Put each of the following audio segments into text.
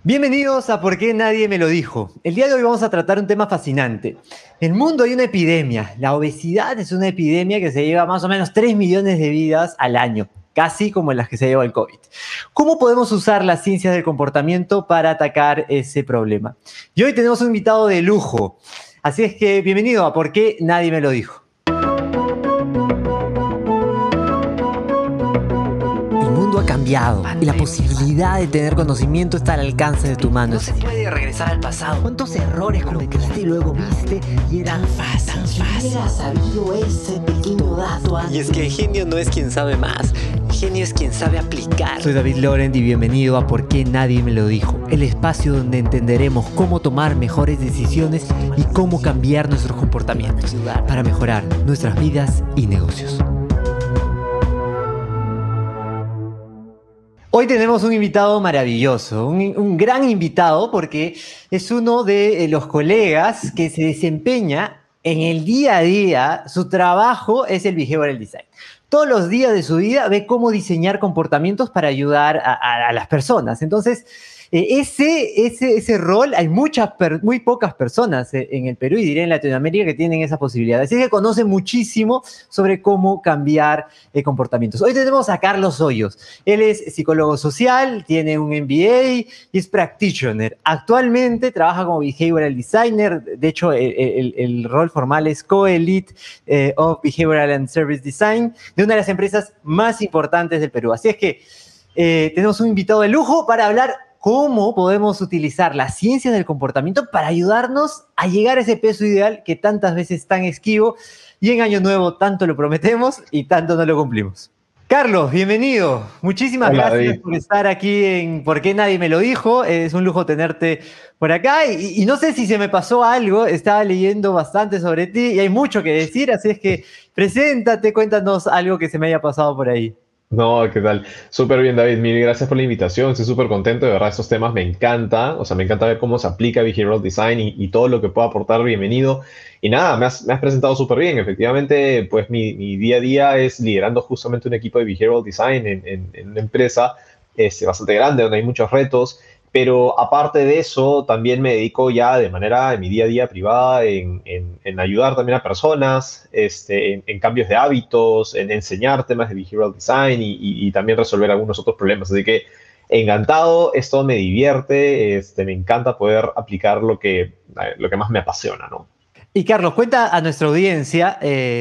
Bienvenidos a ¿Por qué nadie me lo dijo? El día de hoy vamos a tratar un tema fascinante. En el mundo hay una epidemia. La obesidad es una epidemia que se lleva más o menos 3 millones de vidas al año, casi como las que se lleva el COVID. ¿Cómo podemos usar las ciencias del comportamiento para atacar ese problema? Y hoy tenemos un invitado de lujo. Así es que bienvenido a ¿Por qué nadie me lo dijo? Ha cambiado y la posibilidad de tener conocimiento está al alcance de tu mano. No se puede regresar al pasado. ¿Cuántos errores cometiste y luego viste y era tan fácil? Si hubiera sabido ese pequeño dato antes. Y es que genio no es quien sabe más, genio es quien sabe aplicar. Soy David Laurent y bienvenido a ¿Por qué nadie me lo dijo? El espacio donde entenderemos cómo tomar mejores decisiones y cómo cambiar nuestros comportamientos para mejorar nuestras vidas y negocios. Hoy tenemos un invitado maravilloso, un gran invitado porque es uno de los colegas que se desempeña en el día a día. Su trabajo es el behavioral design. Todos los días de su vida ve cómo diseñar comportamientos para ayudar a las personas. Entonces, ese rol, hay muy pocas personas en el Perú y diré en Latinoamérica que tienen esa posibilidad. Así que conoce muchísimo sobre cómo cambiar comportamientos. Hoy tenemos a Carlos Hoyos. Él es psicólogo social, tiene un MBA y es practitioner. Actualmente trabaja como behavioral designer. De hecho, el rol formal es Co-Elite of Behavioral and Service Design de una de las empresas más importantes del Perú. Así es que tenemos un invitado de lujo para hablar cómo podemos utilizar las ciencias del comportamiento para ayudarnos a llegar a ese peso ideal que tantas veces es tan esquivo y en Año Nuevo tanto lo prometemos y tanto no lo cumplimos. Carlos, bienvenido. Muchísimas gracias David, por estar aquí en ¿Por qué nadie me lo dijo? Es un lujo tenerte por acá y no sé si se me pasó algo, estaba leyendo bastante sobre ti y hay mucho que decir, así es que preséntate, cuéntanos algo que se me haya pasado por ahí. no, ¿qué tal? Súper bien, David. Mil gracias por la invitación. Estoy súper contento. De verdad, estos temas me encantan. O sea, me encanta ver cómo se aplica Behavioral Design y todo lo que pueda aportar. Bienvenido. Y nada, me has presentado súper bien. Efectivamente, pues mi día a día es liderando justamente un equipo de Behavioral Design en una empresa bastante grande, donde hay muchos retos. Pero aparte de eso, también me dedico ya de manera en mi día a día privada en ayudar también a personas, en cambios de hábitos, en enseñar temas de behavioral design y también resolver algunos otros problemas. Así que encantado, esto me divierte, me encanta poder aplicar lo que más me apasiona, ¿no? Y Carlos, cuenta a nuestra audiencia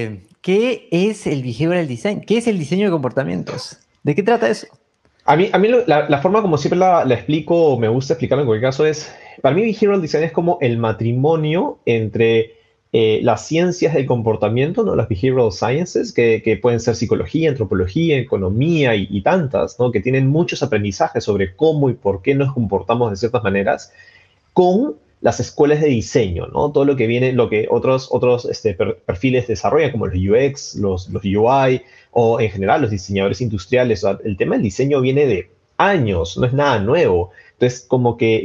qué es el behavioral design, qué es el diseño de comportamientos, ¿de qué trata eso? A mí la forma como siempre la explico, o me gusta explicarlo en cualquier caso, es, para mí behavioral design es como el matrimonio entre las ciencias del comportamiento, ¿no? Las behavioral sciences, que pueden ser psicología, antropología, economía y tantas, ¿no? Que tienen muchos aprendizajes sobre cómo y por qué nos comportamos de ciertas maneras, con las escuelas de diseño, ¿no? Todo lo que viene, lo que otros perfiles desarrollan, como los UX, los UI, o en general los diseñadores industriales. O sea, el tema del diseño viene de años, no es nada nuevo. Entonces, como que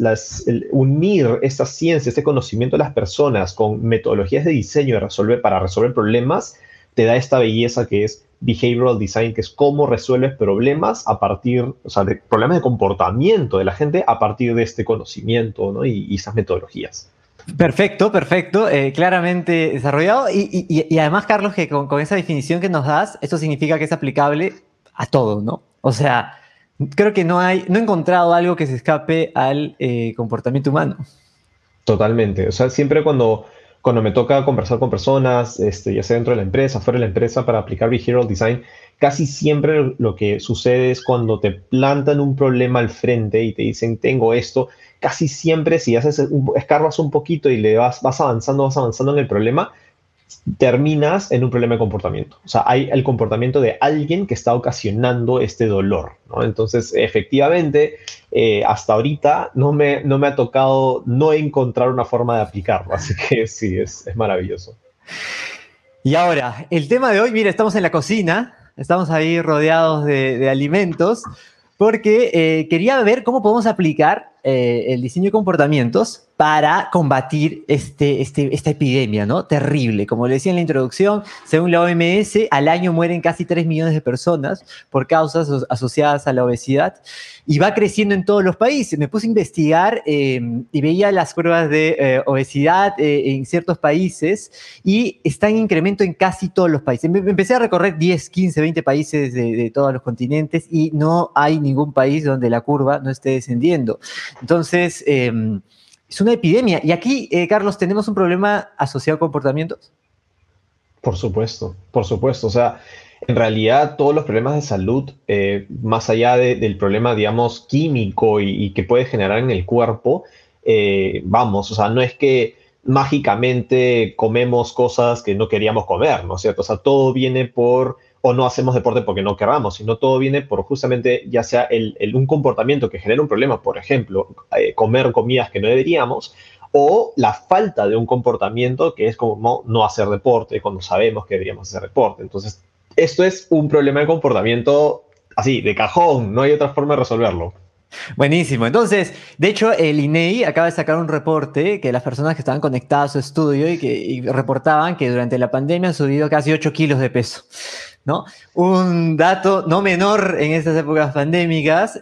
unir esta ciencia, este conocimiento de las personas con metodologías de diseño para resolver problemas, te da esta belleza que es behavioral design, que es cómo resuelves problemas a partir, o sea, de problemas de comportamiento de la gente a partir de este conocimiento, ¿no? Y esas metodologías. Perfecto, perfecto, claramente desarrollado. Y además, Carlos, que con esa definición que nos das, eso significa que es aplicable a todo, ¿no? O sea, creo que no he encontrado algo que se escape al comportamiento humano. Totalmente. O sea, siempre cuando me toca conversar con personas, ya sea dentro de la empresa, fuera de la empresa, para aplicar behavioral design, casi siempre lo que sucede es cuando te plantan un problema al frente y te dicen, tengo esto, casi siempre si escarbas un poquito y vas avanzando en el problema, terminas en un problema de comportamiento. O sea, hay el comportamiento de alguien que está ocasionando este dolor, ¿no? Entonces, efectivamente, hasta ahorita no me ha tocado no encontrar una forma de aplicarlo. Así que sí, es maravilloso. Y ahora, el tema de hoy, mira, estamos en la cocina, estamos ahí rodeados de alimentos, porque quería ver cómo podemos aplicar el diseño de comportamientos para combatir esta epidemia, ¿no? Terrible. Como le decía en la introducción, según la OMS, al año mueren casi 3 millones de personas por causas asociadas a la obesidad y va creciendo en todos los países. Me puse a investigar y veía las curvas de obesidad en ciertos países y está en incremento en casi todos los países. Empecé a recorrer 10, 15, 20 países de todos los continentes y no hay ningún país donde la curva no esté descendiendo. Entonces, es una epidemia. Y aquí, Carlos, tenemos un problema asociado a comportamientos. Por supuesto, por supuesto. O sea, en realidad todos los problemas de salud, más allá del problema, digamos, químico y que puede generar en el cuerpo, vamos, o sea, no es que mágicamente comemos cosas que no queríamos comer, ¿no es cierto? O sea, todo viene por, o no hacemos deporte porque no queramos, sino todo viene por justamente ya sea un comportamiento que genera un problema, por ejemplo, comer comidas que no deberíamos, o la falta de un comportamiento que es como no hacer deporte cuando sabemos que deberíamos hacer deporte. Entonces, esto es un problema de comportamiento así, de cajón, no hay otra forma de resolverlo. Buenísimo. Entonces, de hecho, el INEI acaba de sacar un reporte que las personas que estaban conectadas a su estudio y reportaban que durante la pandemia han subido casi 8 kilos de peso, ¿no? Un dato no menor en estas épocas pandémicas.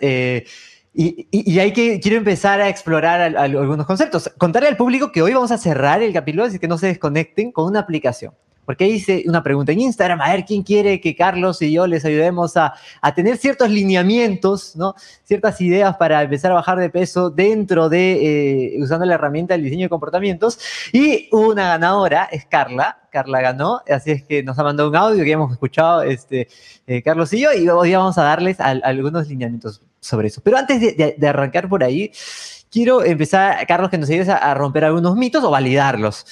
Quiero empezar a explorar algunos conceptos. Contarle al público que hoy vamos a cerrar el capítulo, así que no se desconecten, con una aplicación. Porque hice una pregunta en Instagram, a ver quién quiere que Carlos y yo les ayudemos a tener ciertos lineamientos, ¿no? Ciertas ideas para empezar a bajar de peso dentro de, usando la herramienta del diseño de comportamientos. Y una ganadora es Carla. Carla ganó, así es que nos ha mandado un audio que hemos escuchado Carlos y yo, y hoy vamos a darles algunos lineamientos sobre eso. Pero antes de arrancar por ahí, quiero empezar, Carlos, que nos ayudes a romper algunos mitos o validarlos.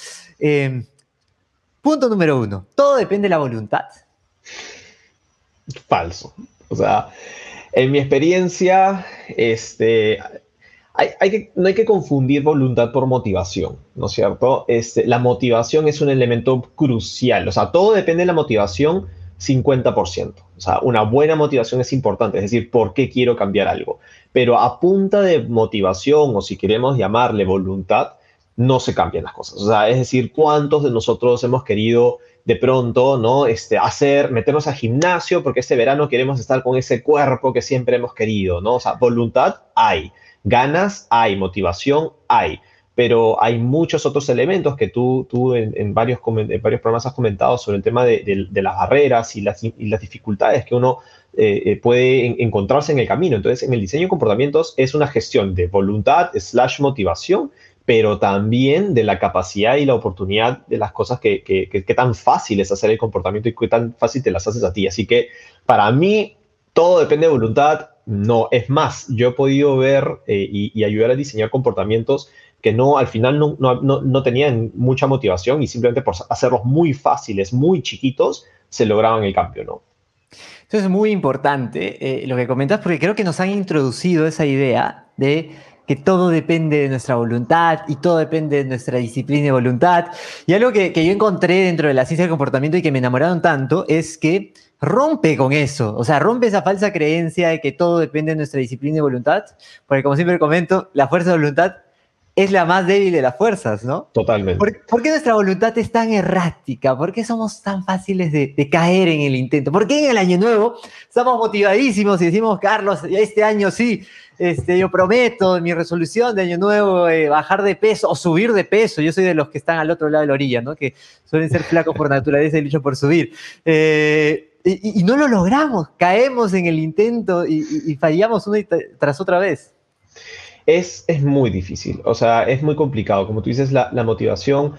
Punto número 1. Todo depende de la voluntad. Falso. O sea, en mi experiencia, no hay que confundir voluntad por motivación, ¿no es cierto? La motivación es un elemento crucial. O sea, todo depende de la motivación 50%. O sea, una buena motivación es importante, es decir, ¿por qué quiero cambiar algo? Pero a punta de motivación, o si queremos llamarle voluntad, no se cambian las cosas. O sea, es decir, ¿cuántos de nosotros hemos querido de pronto, ¿no? Meternos al gimnasio porque este verano queremos estar con ese cuerpo que siempre hemos querido, ¿no? O sea, voluntad hay, ganas hay, motivación hay, pero hay muchos otros elementos que tú en varios programas has comentado sobre el tema de las barreras y las dificultades que uno puede encontrarse en el camino. Entonces, en el diseño de comportamientos es una gestión de voluntad / motivación, pero también de la capacidad y la oportunidad de las cosas que tan fácil es hacer el comportamiento y qué tan fácil te las haces a ti. Así que para mí todo depende de voluntad. No, es más, yo he podido ver y ayudar a diseñar comportamientos que al final no tenían mucha motivación y simplemente por hacerlos muy fáciles, muy chiquitos, se lograban el cambio, ¿no? Eso es muy importante lo que comentas, porque creo que nos han introducido esa idea de que todo depende de nuestra voluntad y todo depende de nuestra disciplina y voluntad. Y algo que yo encontré dentro de la ciencia del comportamiento y que me enamoraron tanto es que rompe con eso, o sea, rompe esa falsa creencia de que todo depende de nuestra disciplina y voluntad, porque como siempre comento, la fuerza de voluntad es la más débil de las fuerzas, ¿no? Totalmente. ¿Por qué nuestra voluntad es tan errática? ¿Por qué somos tan fáciles de caer en el intento? ¿Por qué en el año nuevo estamos motivadísimos y decimos, Carlos, este año sí, yo prometo en mi resolución de año nuevo bajar de peso o subir de peso? Yo soy de los que están al otro lado de la orilla, ¿no? Que suelen ser flacos por naturaleza y luchan por subir. Y no lo logramos, caemos en el intento y fallamos una tras otra vez. Es muy difícil, o sea, es muy complicado. Como tú dices, la motivación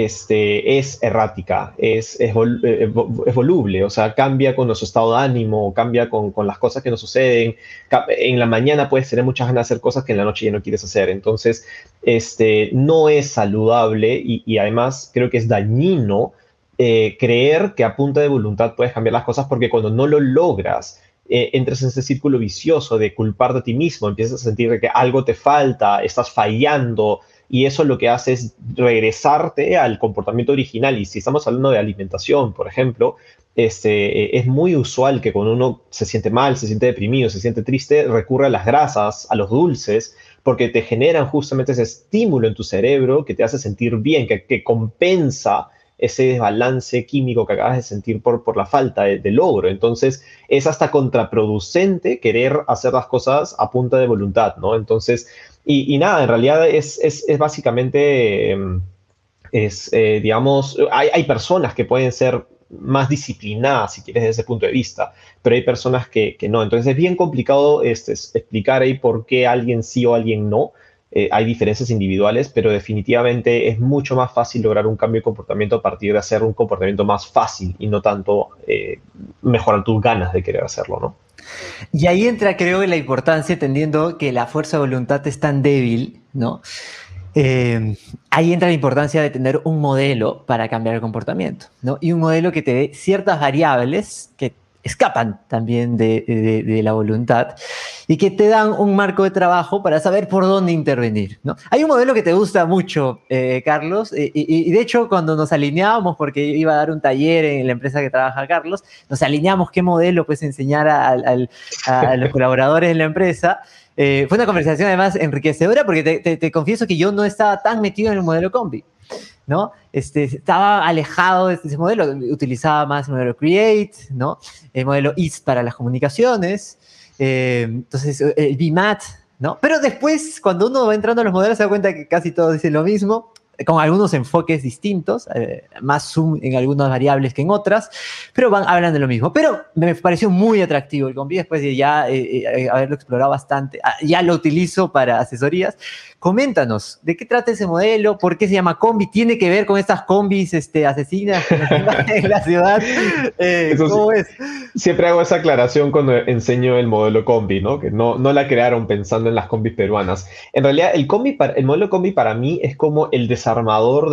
es errática, es voluble, o sea, cambia con nuestro estado de ánimo, cambia con las cosas que nos suceden. En la mañana puedes tener muchas ganas de hacer cosas que en la noche ya no quieres hacer. Entonces, no es saludable y además creo que es dañino creer que a punta de voluntad puedes cambiar las cosas, porque cuando no lo logras, entras en ese círculo vicioso de culparte a ti mismo, empiezas a sentir que algo te falta, estás fallando, y eso lo que hace es regresarte al comportamiento original. Y si estamos hablando de alimentación, por ejemplo, es muy usual que cuando uno se siente mal, se siente deprimido, se siente triste, recurre a las grasas, a los dulces, porque te generan justamente ese estímulo en tu cerebro que te hace sentir bien, que compensa ese desbalance químico que acabas de sentir por la falta de logro. Entonces, es hasta contraproducente querer hacer las cosas a punta de voluntad, ¿no? Entonces, y nada, en realidad es básicamente, digamos, hay personas que pueden ser más disciplinadas, si quieres, desde ese punto de vista, pero hay personas que no. Entonces es bien complicado explicar ahí por qué alguien sí o alguien no. Hay diferencias individuales, pero definitivamente es mucho más fácil lograr un cambio de comportamiento a partir de hacer un comportamiento más fácil y no tanto mejorar tus ganas de querer hacerlo, ¿no? Y ahí entra, creo, la importancia, entendiendo que la fuerza de voluntad es tan débil, ¿no? Ahí entra la importancia de tener un modelo para cambiar el comportamiento, ¿no? Y un modelo que te dé ciertas variables que escapan también de la voluntad y que te dan un marco de trabajo para saber por dónde intervenir, ¿no? Hay un modelo que te gusta mucho, Carlos, y de hecho cuando nos alineábamos, porque iba a dar un taller en la empresa que trabaja Carlos, nos alineamos qué modelo pues enseñar a los colaboradores de la empresa. Fue una conversación además enriquecedora porque te confieso que yo no estaba tan metido en el modelo Combi, ¿no? Estaba alejado de ese modelo, utilizaba más el modelo Create, ¿no? El modelo IST para las comunicaciones, entonces el BMAT, ¿no? Pero después, cuando uno va entrando a los modelos, se da cuenta que casi todos dicen lo mismo, con algunos enfoques distintos, más zoom en algunas variables que en otras, pero van hablando de lo mismo. Pero me pareció muy atractivo el Combi, después de ya haberlo explorado bastante, ya lo utilizo para asesorías. Coméntanos, ¿de qué trata ese modelo? ¿Por qué se llama Combi? ¿Tiene que ver con estas combis asesinas en la ciudad? ¿Cómo es? Siempre hago esa aclaración cuando enseño el modelo Combi, ¿no? Que no la crearon pensando en las combis peruanas. En realidad, el modelo Combi para mí es como el desarmador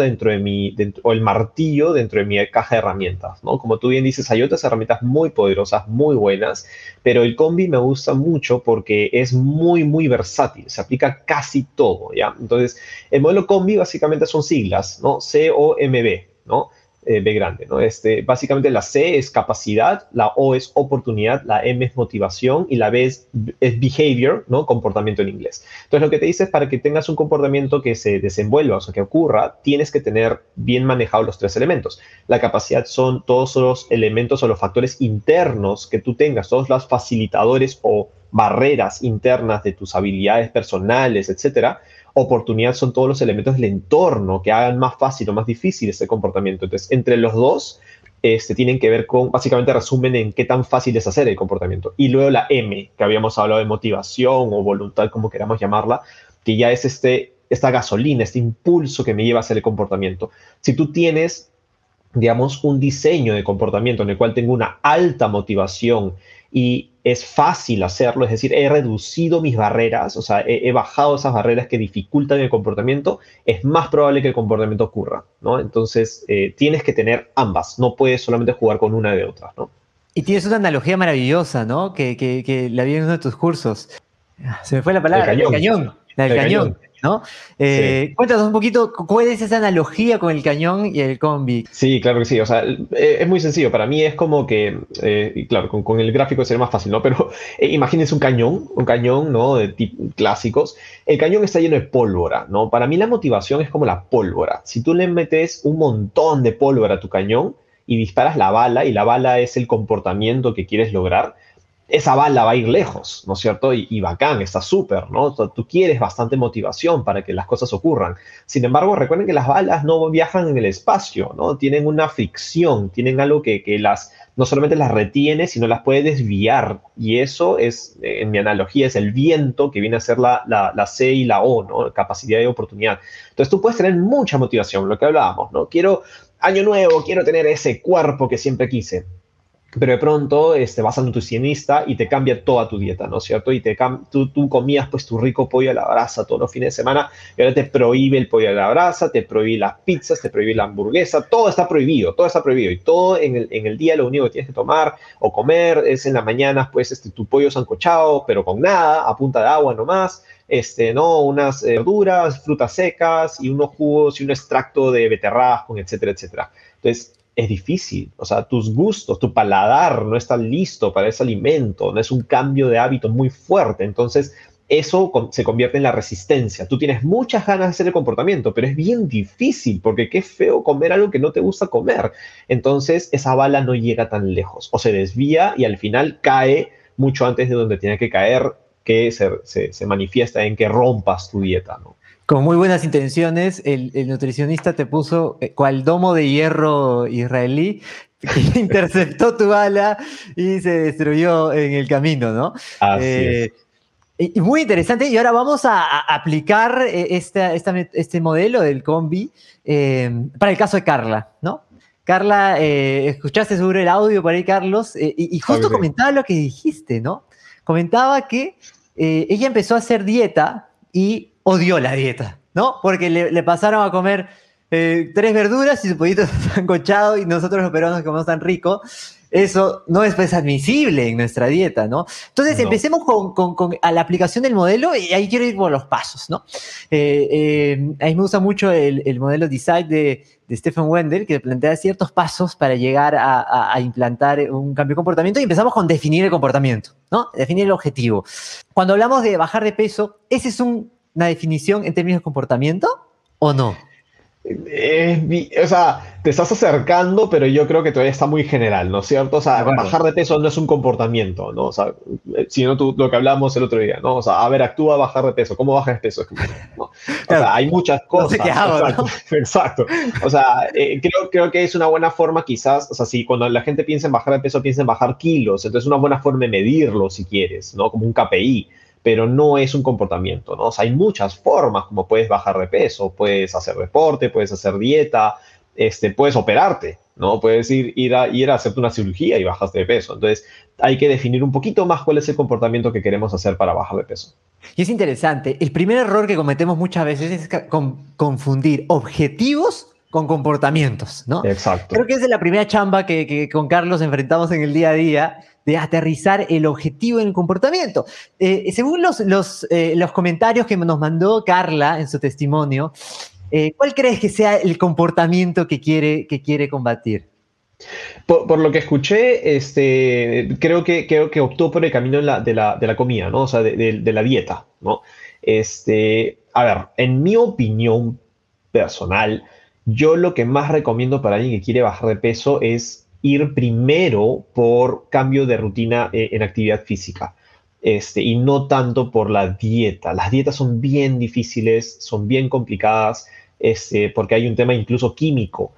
o el martillo dentro de mi caja de herramientas, ¿no? Como tú bien dices, hay otras herramientas muy poderosas, muy buenas, pero el Combi me gusta mucho porque es muy, muy versátil. Se aplica a casi todo. ¿Ya? Entonces, el modelo Combi básicamente son siglas, ¿no? C-O-M-B, ¿no? B grande, ¿no? Básicamente la C es capacidad, la O es oportunidad, la M es motivación y la B es behavior, ¿no? Comportamiento en inglés. Entonces, lo que te dice es para que tengas un comportamiento que se desenvuelva, o sea, que ocurra, tienes que tener bien manejados los tres elementos. La capacidad son todos los elementos o los factores internos que tú tengas, todos los facilitadores o barreras internas de tus habilidades personales, etcétera. Oportunidad son todos los elementos del entorno que hagan más fácil o más difícil ese comportamiento. Entonces, entre los dos, tienen que ver con, básicamente resumen en qué tan fácil es hacer el comportamiento. Y luego la M, que habíamos hablado de motivación o voluntad, como queramos llamarla, que ya es esta gasolina, este impulso que me lleva a hacer el comportamiento. Si tú tienes, digamos, un diseño de comportamiento en el cual tengo una alta motivación y es fácil hacerlo, es decir, he reducido mis barreras, o sea, he bajado esas barreras que dificultan el comportamiento, es más probable que el comportamiento ocurra, ¿no? Entonces, tienes que tener ambas, no puedes solamente jugar con una de otras, ¿no? Y tienes una analogía maravillosa, ¿no? Que la vi en uno de tus cursos. Se me fue la palabra. El cañón. El cañón, ¿no? Sí. Cuéntanos un poquito, ¿cuál es esa analogía con el cañón y el Combi? Sí, claro que sí. O sea, es muy sencillo. Para mí es como que, y claro, con el gráfico sería más fácil, ¿no? Pero imagínense un cañón, ¿no? De clásicos. El cañón está lleno de pólvora, ¿no? Para mí la motivación es como la pólvora. Si tú le metes un montón de pólvora a tu cañón y disparas la bala, y la bala es el comportamiento que quieres lograr, esa bala va a ir lejos, ¿no es cierto? Y bacán, está súper, ¿no? Tú quieres bastante motivación para que las cosas ocurran. Sin embargo, recuerden que las balas no viajan en el espacio, ¿no? Tienen una fricción, tienen algo que no solamente las retiene, sino las puede desviar. Y eso es, en mi analogía, es el viento que viene a ser la C y la O, ¿no? Capacidad y oportunidad. Entonces tú puedes tener mucha motivación, lo que hablábamos, ¿no? Quiero año nuevo, quiero tener ese cuerpo que siempre quise. Pero de pronto vas al nutricionista y te cambia toda tu dieta, ¿no es cierto? Y tú comías pues tu rico pollo a la brasa todos los fines de semana y ahora te prohíbe el pollo a la brasa, te prohíbe las pizzas, te prohíbe la hamburguesa, todo está prohibido y todo en el día lo único que tienes que tomar o comer es en la mañana pues tu pollo sancochado, pero con nada, a punta de agua nomás, ¿no? Unas verduras, frutas secas y unos jugos y un extracto de beterragas, con etcétera, etcétera. Entonces, es difícil, o sea, tus gustos, tu paladar no está listo para ese alimento, no es un cambio de hábito muy fuerte, entonces eso se convierte en la resistencia. Tú tienes muchas ganas de hacer el comportamiento, pero es bien difícil porque qué feo comer algo que no te gusta comer. Entonces esa bala no llega tan lejos o se desvía y al final cae mucho antes de donde tiene que caer, que se manifiesta en que rompas tu dieta, ¿no? Con muy buenas intenciones, el nutricionista te puso cual domo de hierro israelí que interceptó tu bala y se destruyó en el camino, ¿no? Así es. Y muy interesante, y ahora vamos a aplicar este modelo del combi para el caso de Carla, ¿no? Carla, escuchaste seguro el audio por ahí, Carlos, y justo Okay. comentaba lo que dijiste, ¿no? Comentaba que ella empezó a hacer dieta y odió la dieta, ¿no? Porque le pasaron a comer 3 verduras y su pollito sancochado y nosotros los peruanos que comemos tan rico, eso no es pues admisible en nuestra dieta, ¿no? Entonces No. empecemos a la aplicación del modelo y ahí quiero ir por los pasos, ¿no? A mí me gusta mucho el modelo Decide de Stephen Wendell, que plantea ciertos pasos para llegar a implantar un cambio de comportamiento y empezamos con definir el comportamiento, ¿no? Definir el objetivo. Cuando hablamos de bajar de peso, ¿esa es una definición en términos de comportamiento o no? O sea, te estás acercando, pero yo creo que todavía está muy general, ¿no es cierto? O De sea, acuerdo. bajar de peso no es un comportamiento, ¿no? O sea, sino lo que hablábamos el otro día, ¿no? O sea, a ver, actúa a bajar de peso. ¿Cómo bajas de peso? Es como, ¿no? O Claro, sea, hay muchas no sé qué cosas, hago, exacto, ¿no? exacto. O sea, creo que es una buena forma quizás, o sea, si cuando la gente piensa en bajar de peso, piensa en bajar kilos, entonces es una buena forma de medirlo si quieres, ¿no? Como un KPI, pero no es un comportamiento, ¿no? O sea, hay muchas formas como puedes bajar de peso, puedes hacer deporte, puedes hacer dieta, puedes operarte, ¿no? Puedes ir a hacerte una cirugía y bajas de peso. Entonces, hay que definir un poquito más cuál es el comportamiento que queremos hacer para bajar de peso. Y es interesante, el primer error que cometemos muchas veces es confundir objetivos con comportamientos, ¿no? Exacto. Creo que esa es la primera chamba que con Carlos enfrentamos en el día a día, de aterrizar el objetivo en el comportamiento. Según los comentarios que nos mandó Carla en su testimonio, ¿cuál crees que sea el comportamiento que quiere combatir? Por lo que escuché, creo que optó por el camino de la comida, ¿no? O sea, de la dieta, ¿no? A ver, en mi opinión personal, yo lo que más recomiendo para alguien que quiere bajar de peso es ir primero por cambio de rutina en actividad física, y no tanto por la dieta. Las dietas son bien difíciles, son bien complicadas, porque hay un tema incluso químico.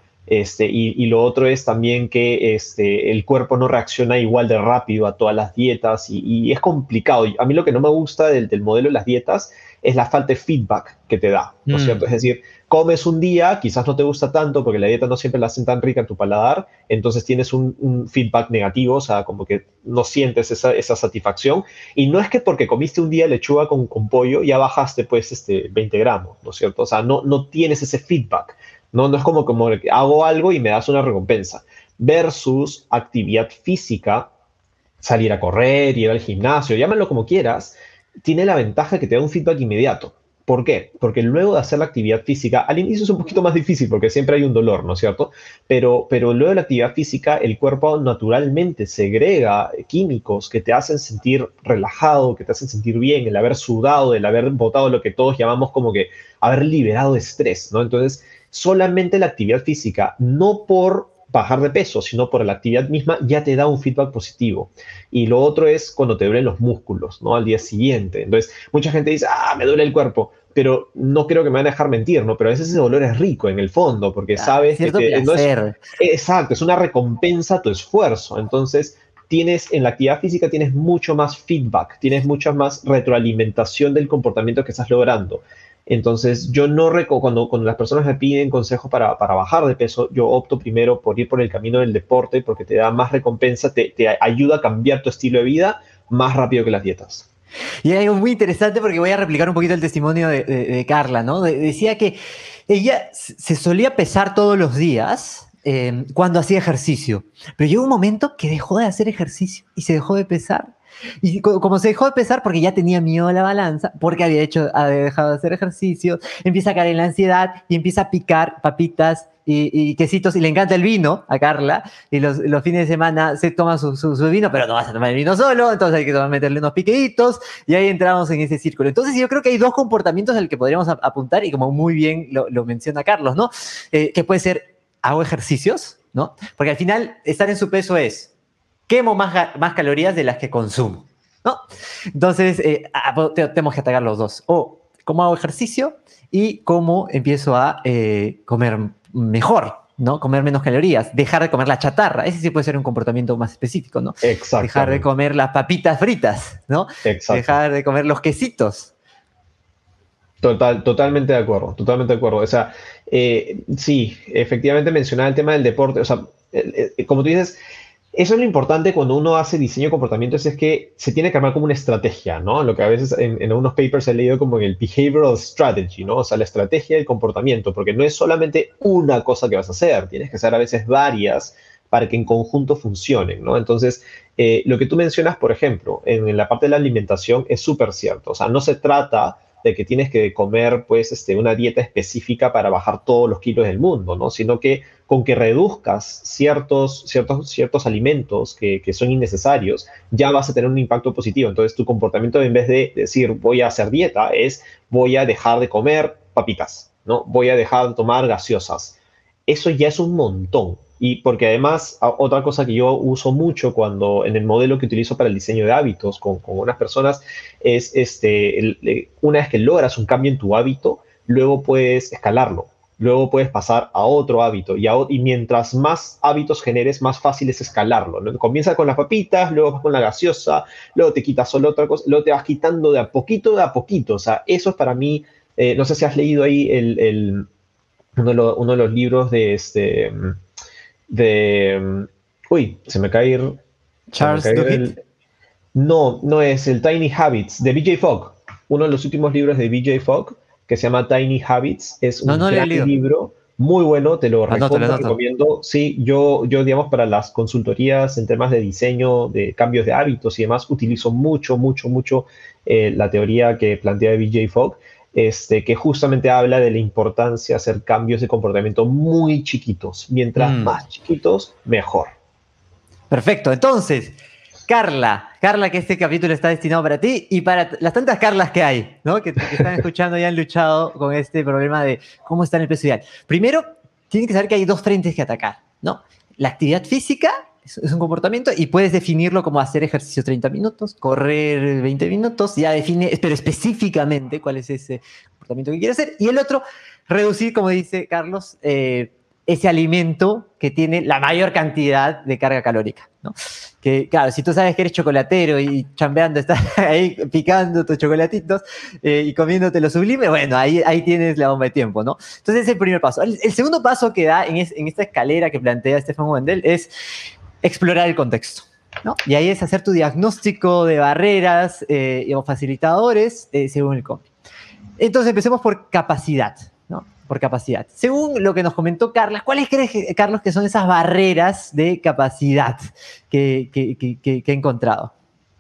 Y lo otro es también que el cuerpo no reacciona igual de rápido a todas las dietas y es complicado. A mí lo que no me gusta del modelo de las dietas es la falta de feedback que te da, ¿no es cierto? Mm, Es decir, comes un día, quizás no te gusta tanto porque la dieta no siempre la hacen tan rica en tu paladar, entonces tienes un feedback negativo, o sea, como que no sientes esa satisfacción. Y no es que porque comiste un día lechuga con pollo ya bajaste pues 20 gramos, ¿no es cierto? O sea, no tienes ese feedback. No es como que hago algo y me das una recompensa. Versus actividad física, salir a correr, ir al gimnasio, llámalo como quieras, tiene la ventaja que te da un feedback inmediato. ¿Por qué? Porque luego de hacer la actividad física, al inicio es un poquito más difícil porque siempre hay un dolor, ¿no es cierto? Pero luego de la actividad física, el cuerpo naturalmente segrega químicos que te hacen sentir relajado, que te hacen sentir bien, el haber sudado, el haber botado lo que todos llamamos como que haber liberado estrés, ¿no? Entonces, solamente la actividad física, no por bajar de peso, sino por la actividad misma, ya te da un feedback positivo. Y lo otro es cuando te duelen los músculos, ¿no? Al día siguiente. Entonces, mucha gente dice, me duele el cuerpo, pero no creo que me van a dejar mentir, ¿no? Pero a veces ese dolor es rico en el fondo, porque sabes que cierto no es, placer. exacto, es una recompensa a tu esfuerzo. Entonces, en la actividad física tienes mucho más feedback, tienes mucha más retroalimentación del comportamiento que estás logrando. Entonces, yo no cuando las personas me piden consejos para bajar de peso, yo opto primero por ir por el camino del deporte porque te da más recompensa, te ayuda a cambiar tu estilo de vida más rápido que las dietas. Y hay algo muy interesante porque voy a replicar un poquito el testimonio de Carla, ¿no? Decía que ella se solía pesar todos los días cuando hacía ejercicio, pero llegó un momento que dejó de hacer ejercicio y se dejó de pesar. Y como se dejó de pesar porque ya tenía miedo a la balanza, porque había dejado de hacer ejercicio, empieza a caer en la ansiedad y empieza a picar papitas y quesitos, y le encanta el vino a Carla, y los fines de semana se toma su vino, pero no vas a tomar el vino solo, entonces hay que meterle unos piqueditos, y ahí entramos en ese círculo. Entonces yo creo que hay dos comportamientos al que podríamos apuntar, y como muy bien lo menciona Carlos, ¿no? Que puede ser, hago ejercicios, ¿no? Porque al final estar en su peso es, quemo más calorías de las que consumo, ¿no? Entonces tenemos que atacar los dos, o cómo hago ejercicio y cómo empiezo a comer mejor, ¿no? Comer menos calorías, dejar de comer la chatarra. Ese sí puede ser un comportamiento más específico, ¿no? Dejar de comer las papitas fritas, ¿no? Exacto. Dejar de comer los quesitos. Totalmente de acuerdo, totalmente de acuerdo. O sea, sí, efectivamente mencionaba el tema del deporte. O sea, como tú dices, eso es lo importante cuando uno hace diseño de comportamientos, es que se tiene que armar como una estrategia, ¿no? Lo que a veces en algunos papers he leído como en el behavioral strategy, ¿no? O sea, la estrategia del comportamiento, porque no es solamente una cosa que vas a hacer, tienes que hacer a veces varias para que en conjunto funcionen, ¿no? Entonces, lo que tú mencionas, por ejemplo, en la parte de la alimentación es súper cierto. O sea, no se trata de que tienes que comer, pues, una dieta específica para bajar todos los kilos del mundo, ¿no? Sino que con que reduzcas ciertos alimentos que son innecesarios, ya vas a tener un impacto positivo. Entonces, tu comportamiento, en vez de decir voy a hacer dieta, es voy a dejar de comer papitas, ¿no? Voy a dejar de tomar gaseosas. Eso ya es un montón. Y porque además, otra cosa que yo uso mucho cuando en el modelo que utilizo para el diseño de hábitos con unas personas es, una vez que logras un cambio en tu hábito, luego puedes escalarlo. Luego puedes pasar a otro hábito y mientras más hábitos generes, más fácil es escalarlo, ¿no? Comienza con las papitas, luego vas con la gaseosa, luego te quitas solo otra cosa, luego te vas quitando de a poquito, de a poquito. O sea, eso es para mí, no sé si has leído ahí uno de los libros uy, se me cae Charles Duhigg. No, no es el Tiny Habits de BJ Fogg. Uno de los últimos libros de BJ Fogg que se llama Tiny Habits. Es un gran libro, muy bueno, te lo recomiendo. Sí, yo, digamos, para las consultorías en temas de diseño, de cambios de hábitos y demás, utilizo mucho la teoría que plantea BJ Fogg, que justamente habla de la importancia de hacer cambios de comportamiento muy chiquitos. Mientras más chiquitos, mejor. Perfecto, entonces, Carla, que este capítulo está destinado para ti y para las tantas Carlas que hay, ¿no? Que están escuchando y han luchado con este problema de cómo está en el peso ideal. Primero, tienen que saber que hay dos frentes que atacar, ¿no? La actividad física es un comportamiento y puedes definirlo como hacer ejercicio 30 minutos, correr 20 minutos, ya define, pero específicamente cuál es ese comportamiento que quieres hacer. Y el otro, reducir, como dice Carlos, ese alimento que tiene la mayor cantidad de carga calórica, ¿no? Que, claro, si tú sabes que eres chocolatero y chambeando, estás ahí picando tus chocolatitos y comiéndote lo sublime, bueno, ahí tienes la bomba de tiempo, ¿no? Entonces, ese es el primer paso. El segundo paso que da en esta escalera que plantea Stefan Wendel es explorar el contexto, ¿no? Y ahí es hacer tu diagnóstico de barreras o facilitadores según el COMPI. Entonces, empecemos por capacidad, ¿no? Por capacidad. Según lo que nos comentó Carla, ¿cuáles crees, Carlos, que son esas barreras de capacidad que he encontrado?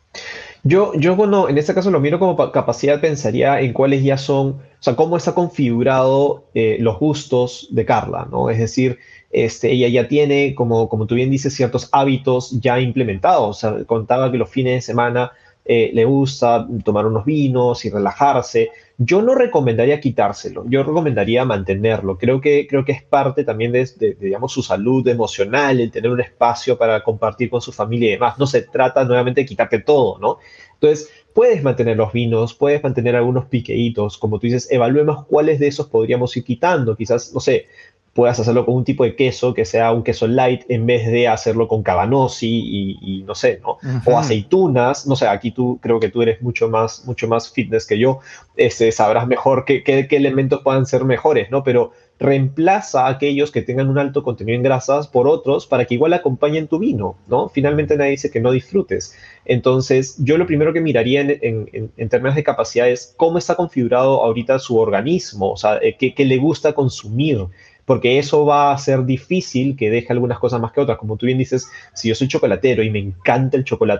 Yo cuando en este caso lo miro como capacidad, pensaría en cuáles ya son, o sea, cómo está configurado los gustos de Carla, ¿no? Es decir, ella ya tiene, como tú bien dices, ciertos hábitos ya implementados. O sea, contaba que los fines de semana le gusta tomar unos vinos y relajarse. Yo no recomendaría quitárselo, yo recomendaría mantenerlo. Creo que es parte también de, digamos, su salud emocional, el tener un espacio para compartir con su familia y demás. No se trata nuevamente de quitarte todo, ¿no? Entonces, puedes mantener los vinos, puedes mantener algunos piqueitos, como tú dices, evaluemos cuáles de esos podríamos ir quitando. Quizás, no sé, puedas hacerlo con un tipo de queso que sea un queso light en vez de hacerlo con cabanossi y no sé, ¿no? O aceitunas, no sé, aquí creo que tú eres mucho más fitness que yo, sabrás mejor qué elementos puedan ser mejores, ¿no? Pero reemplaza a aquellos que tengan un alto contenido en grasas por otros para que igual acompañen tu vino, ¿no? Finalmente nadie dice que no disfrutes. Entonces, yo lo primero que miraría en términos de capacidad es cómo está configurado ahorita su organismo, o sea, qué le gusta consumir, porque eso va a ser difícil que deje algunas cosas más que otras. Como tú bien dices, si yo soy chocolatero y me encanta el chocolate,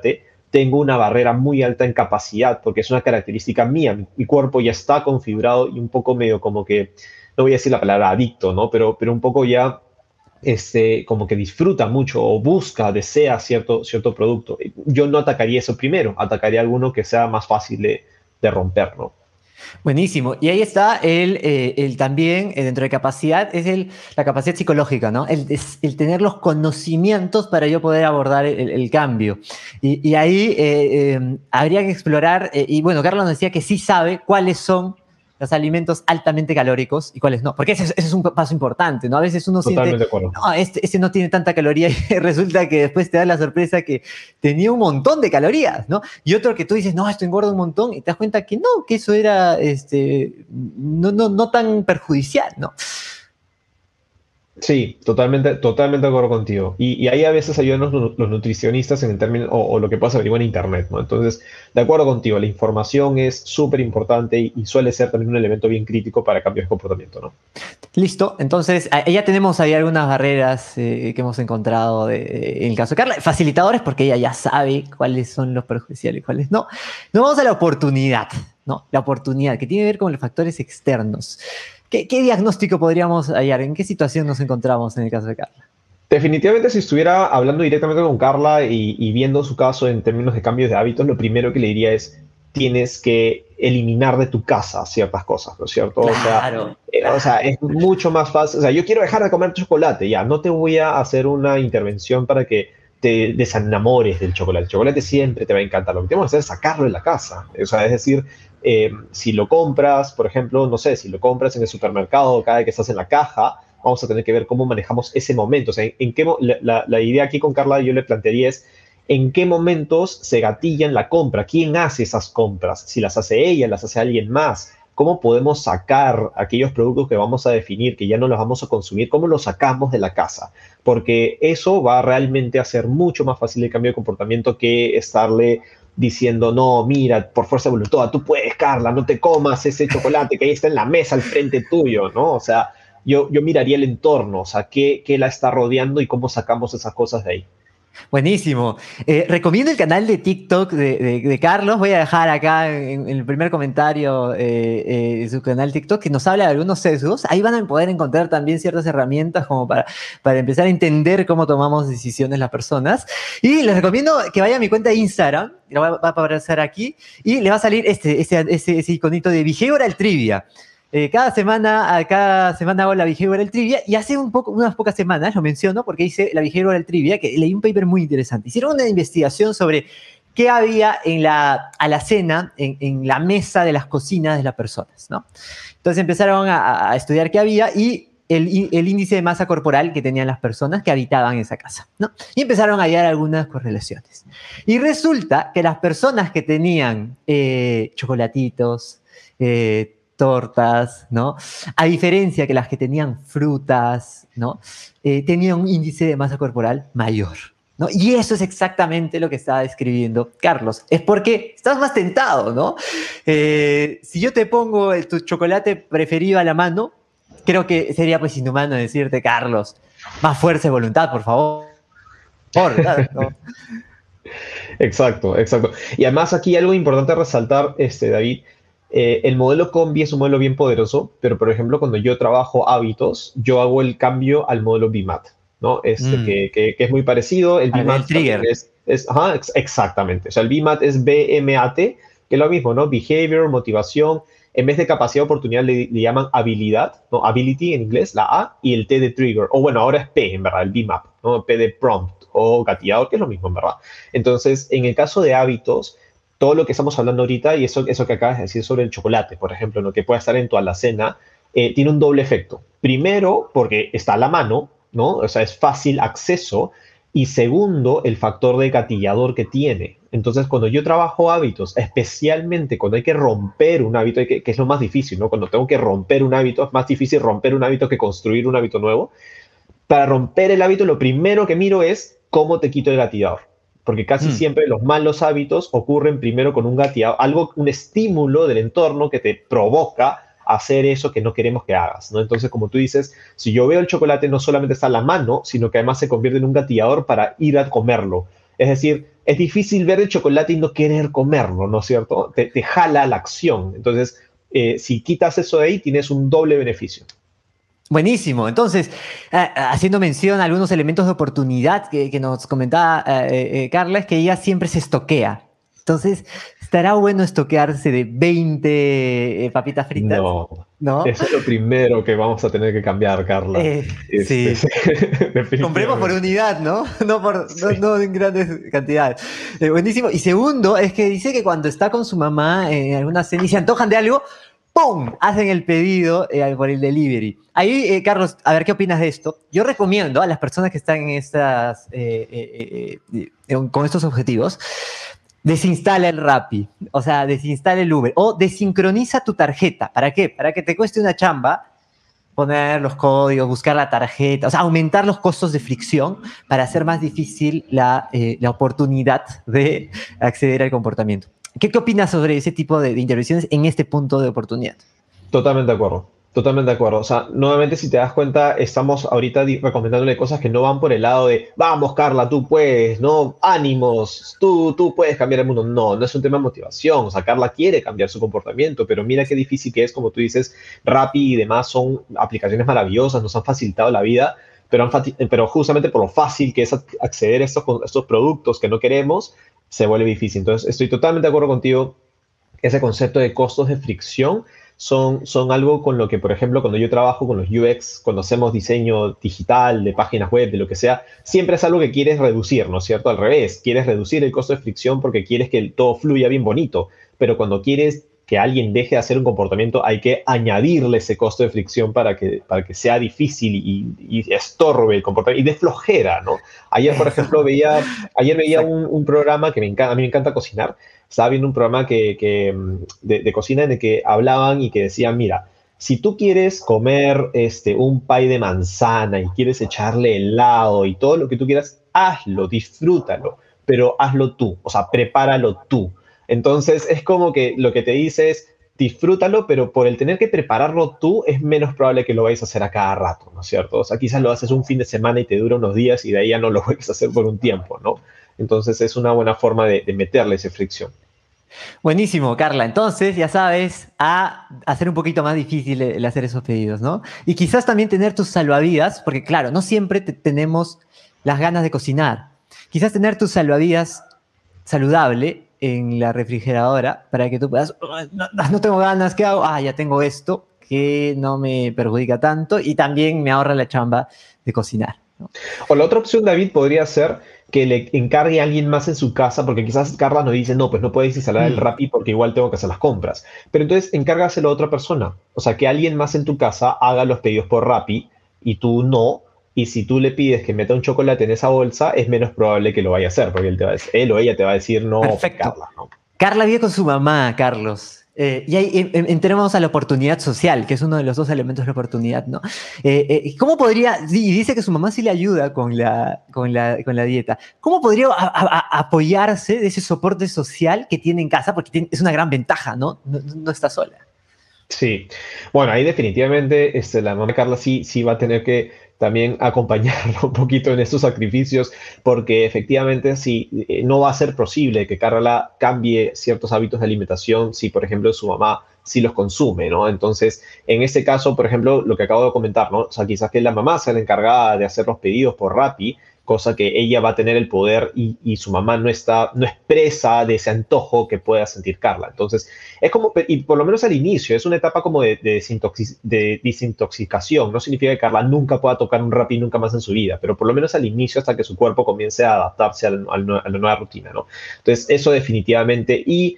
tengo una barrera muy alta en capacidad, porque es una característica mía. Mi cuerpo ya está configurado y un poco medio como que, no voy a decir la palabra adicto, ¿no? Pero un poco ya como que disfruta mucho o busca, desea cierto producto. Yo no atacaría eso primero, atacaría alguno que sea más fácil de romper, ¿no? Buenísimo. Y ahí está el también, dentro de capacidad, es la capacidad psicológica, ¿no? El tener los conocimientos para yo poder abordar el cambio. Y ahí habría que explorar, y bueno, Carlos nos decía que sí sabe cuáles son los alimentos altamente calóricos y cuáles no, porque ese es un paso importante, ¿no? A veces uno siente, Totalmente de acuerdo. no, este no tiene tanta caloría y resulta que después te da la sorpresa que tenía un montón de calorías, ¿no? Y otro que tú dices, no, esto engorda un montón y te das cuenta que no, que eso era no tan perjudicial, ¿no? Sí, totalmente de acuerdo contigo. Y ahí a veces ayudan los nutricionistas en el término, o lo que puedas averiguar en internet, ¿no? Entonces, de acuerdo contigo, la información es súper importante y suele ser también un elemento bien crítico para cambios de comportamiento, ¿no? Listo, entonces ya tenemos ahí algunas barreras que hemos encontrado en el caso de Carla. Facilitadores, porque ella ya sabe cuáles son los perjudiciales y cuáles no. Nos vamos a la oportunidad, ¿no? La oportunidad, que tiene que ver con los factores externos. ¿Qué diagnóstico podríamos hallar? ¿En qué situación nos encontramos en el caso de Carla? Definitivamente, si estuviera hablando directamente con Carla y viendo su caso en términos de cambios de hábitos, lo primero que le diría es, tienes que eliminar de tu casa ciertas cosas, ¿no es cierto? Claro, O sea, es mucho más fácil. O sea, yo quiero dejar de comer chocolate, ya, no te voy a hacer una intervención para que te desenamores del chocolate. El chocolate siempre te va a encantar. Lo que tenemos que hacer es sacarlo de la casa. O sea, es decir, si lo compras, por ejemplo, no sé, si lo compras en el supermercado cada vez que estás en la caja, vamos a tener que ver cómo manejamos ese momento. O sea, la idea aquí con Carla yo le plantearía es en qué momentos se gatillan la compra, quién hace esas compras, si las hace ella, las hace alguien más, cómo podemos sacar aquellos productos que vamos a definir, que ya no los vamos a consumir, cómo los sacamos de la casa, porque eso va realmente a hacer mucho más fácil el cambio de comportamiento que estarle diciendo, no, mira, por fuerza de voluntad, tú puedes, Carla, no te comas ese chocolate que ahí está en la mesa al frente tuyo, ¿no? O sea, yo miraría el entorno, o sea, qué la está rodeando y cómo sacamos esas cosas de ahí. buenísimo. Recomiendo el canal de TikTok de Carlos. Voy a dejar acá en el primer comentario su canal TikTok que nos habla de algunos sesgos. Ahí van a poder encontrar también ciertas herramientas como para empezar a entender cómo tomamos decisiones las personas. Y les recomiendo que vayan a mi cuenta de Instagram, va a aparecer aquí, y le va a salir ese iconito de Behavioral Trivia. Cada semana hago la Behavioral Trivia y hace unas pocas semanas lo menciono porque hice la Behavioral Trivia, que leí un paper muy interesante. Hicieron una investigación sobre qué había en la alacena, en la mesa de las cocinas de las personas, ¿no? Entonces empezaron a estudiar qué había y el índice de masa corporal que tenían las personas que habitaban esa casa, ¿no? Y empezaron a hallar algunas correlaciones. Y resulta que las personas que tenían chocolatitos, tortas, ¿no? A diferencia que las que tenían frutas, ¿no? Tenían un índice de masa corporal mayor, ¿no? Y eso es exactamente lo que estaba describiendo Carlos. Es porque estás más tentado, ¿no? Si yo te pongo tu chocolate preferido a la mano, creo que sería pues inhumano decirte, Carlos, más fuerza de voluntad, por favor. ¿No? Exacto. Y además aquí algo importante a resaltar, David, el modelo Combi es un modelo bien poderoso, pero por ejemplo, cuando yo trabajo hábitos, yo hago el cambio al modelo BMAT, ¿no? Que es muy parecido. El BMAT el trigger. exactamente. O sea, el BMAT es BMAT, que es lo mismo, ¿no? Behavior, motivación. En vez de capacidad, oportunidad, le llaman habilidad, ¿no? Ability en inglés, la A, y el T de trigger. O bueno, ahora es P, en verdad, el BMAP, ¿no? P de prompt o gatillador, que es lo mismo, en verdad. Entonces, en el caso de hábitos, todo lo que estamos hablando ahorita y eso que acabas de decir sobre el chocolate, por ejemplo, lo que puede estar en tu alacena, tiene un doble efecto. Primero, porque está a la mano, ¿no? O sea, es fácil acceso. Y segundo, el factor de gatillador que tiene. Entonces, cuando yo trabajo hábitos, especialmente cuando hay que romper un hábito, que es lo más difícil, ¿no? Cuando tengo que romper un hábito, es más difícil romper un hábito que construir un hábito nuevo. Para romper el hábito, lo primero que miro es cómo te quito el gatillador. Porque casi siempre los malos hábitos ocurren primero con un gatillador, un estímulo del entorno que te provoca hacer eso que no queremos que hagas, ¿no? Entonces, como tú dices, si yo veo el chocolate, no solamente está a la mano, sino que además se convierte en un gatillador para ir a comerlo. Es decir, es difícil ver el chocolate y no querer comerlo, ¿no es cierto? Te jala la acción. Entonces, si quitas eso de ahí, tienes un doble beneficio. Buenísimo. Entonces, haciendo mención a algunos elementos de oportunidad que nos comentaba Carla, es que ella siempre se estoquea. Entonces, ¿estará bueno estoquearse de 20 papitas fritas? No, ¿No? eso es lo primero que vamos a tener que cambiar, Carla. Sí. Sí, Compremos por definitivamente. unidad, ¿no? No, Sí. no en grandes cantidades. Buenísimo. Y segundo, es que dice que cuando está con su mamá en alguna cena y se antojan de algo, ¡pum! Hacen el pedido por el delivery. Ahí, Carlos, a ver qué opinas de esto. Yo recomiendo a las personas que están en con estos objetivos, desinstala el Rappi, o sea, desinstala el Uber o desincroniza tu tarjeta. ¿Para qué? Para que te cueste una chamba poner los códigos, buscar la tarjeta, o sea, aumentar los costos de fricción para hacer más difícil la oportunidad de acceder al comportamiento. ¿Qué opinas sobre ese tipo de intervenciones en este punto de oportunidad? Totalmente de acuerdo, totalmente de acuerdo. O sea, nuevamente, si te das cuenta, estamos ahorita recomendándole cosas que no van por el lado de, vamos, Carla, tú puedes, no, ánimos, tú puedes cambiar el mundo. No, no es un tema de motivación. O sea, Carla quiere cambiar su comportamiento, pero mira qué difícil que es, como tú dices, Rappi y demás son aplicaciones maravillosas, nos han facilitado la vida, pero justamente por lo fácil que es acceder a estos productos que no queremos, se vuelve difícil. Entonces, estoy totalmente de acuerdo contigo. Ese concepto de costos de fricción son algo con lo que, por ejemplo, cuando yo trabajo con los UX, cuando hacemos diseño digital de páginas web, de lo que sea, siempre es algo que quieres reducir, ¿no es cierto? Al revés, quieres reducir el costo de fricción porque quieres que todo fluya bien bonito, pero cuando quieres que alguien deje de hacer un comportamiento, hay que añadirle ese costo de fricción para que sea difícil y estorbe el comportamiento y de flojera, ¿no? Ayer veía un programa que a mí me encanta cocinar. Estaba viendo un programa de cocina en el que hablaban y que decían, mira, si tú quieres comer un pay de manzana y quieres echarle helado y todo lo que tú quieras, hazlo, disfrútalo, pero hazlo tú, o sea, prepáralo tú. Entonces es como que lo que te dice es, disfrútalo, pero por el tener que prepararlo tú es menos probable que lo vayas a hacer a cada rato, ¿no es cierto? O sea, quizás lo haces un fin de semana y te dura unos días y de ahí ya no lo vuelves a hacer por un tiempo, ¿no? Entonces es una buena forma de meterle esa fricción. Buenísimo, Carla. Entonces, ya sabes, a hacer un poquito más difícil el hacer esos pedidos, ¿no? Y quizás también tener tus salvavidas, porque claro, no siempre tenemos las ganas de cocinar. Quizás tener tus salvavidas saludable en la refrigeradora para que tú puedas, no tengo ganas, ¿qué hago? Ya tengo esto que no me perjudica tanto y también me ahorra la chamba de cocinar, ¿no? O la otra opción, David, podría ser que le encargue a alguien más en su casa, porque quizás Carla nos dice, no, pues no puedes instalar el Rappi porque igual tengo que hacer las compras. Pero entonces encárgaselo a otra persona. O sea, que alguien más en tu casa haga los pedidos por Rappi y tú no. Y si tú le pides que meta un chocolate en esa bolsa, es menos probable que lo vaya a hacer, porque él o ella te va a decir, no, Perfecto. Carla, ¿no? Carla vive con su mamá, Carlos. Y ahí entremos a la oportunidad social, que es uno de los dos elementos de la oportunidad, ¿no? ¿Cómo podría, y dice que su mamá sí le ayuda con la dieta, ¿cómo podría apoyarse de ese soporte social que tiene en casa? Porque es una gran ventaja, ¿no? No está sola. Sí, bueno, ahí definitivamente la mamá de Carla sí va a tener que también acompañarlo un poquito en estos sacrificios, porque efectivamente sí, no va a ser posible que Carla cambie ciertos hábitos de alimentación si, por ejemplo, su mamá sí los consume, ¿no? Entonces, en este caso, por ejemplo, lo que acabo de comentar, ¿no? O sea, quizás que la mamá sea la encargada de hacer los pedidos por Rappi, cosa que ella va a tener el poder y su mamá no expresa de ese antojo que pueda sentir Carla. Entonces, es como, y por lo menos al inicio, es una etapa como de desintoxicación. No significa que Carla nunca pueda tocar un Rappi nunca más en su vida, pero por lo menos al inicio hasta que su cuerpo comience a adaptarse a la nueva rutina, ¿no? Entonces, eso definitivamente. Y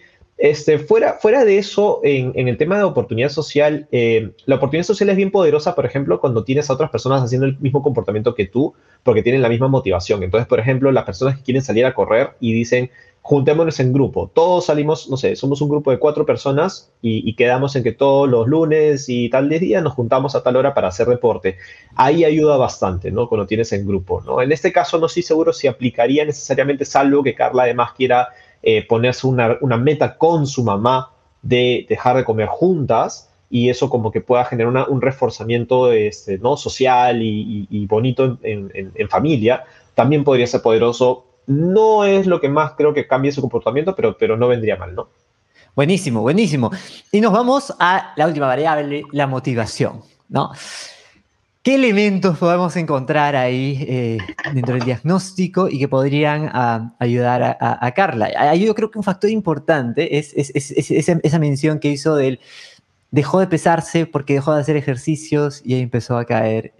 fuera de eso, en el tema de oportunidad social, la oportunidad social es bien poderosa, por ejemplo, cuando tienes a otras personas haciendo el mismo comportamiento que tú, porque tienen la misma motivación. Entonces, por ejemplo, las personas que quieren salir a correr y dicen, juntémonos en grupo. Todos salimos, no sé, somos un grupo de 4 personas y quedamos en que todos los lunes y tal día nos juntamos a tal hora para hacer deporte. Ahí ayuda bastante, ¿no? Cuando tienes en grupo, ¿no? En este caso no estoy seguro si aplicaría necesariamente, salvo que Carla además quiera ponerse una meta con su mamá de dejar de comer juntas y eso como que pueda generar un reforzamiento ¿no? social y bonito en familia. También podría ser poderoso no es lo que más creo que cambie su comportamiento, pero no vendría mal, ¿no? Buenísimo, buenísimo. Y nos vamos a la última variable, la motivación, ¿no? ¿Qué elementos podemos encontrar ahí dentro del diagnóstico y que podrían ayudar a Carla? Ahí yo creo que un factor importante es esa mención que hizo del dejó de pesarse porque dejó de hacer ejercicios y ahí empezó a caer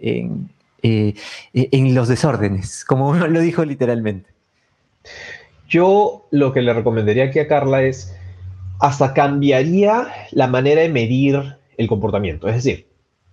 en los desórdenes, como uno lo dijo literalmente. Yo lo que le recomendaría aquí a Carla es, hasta cambiaría la manera de medir el comportamiento. Es decir,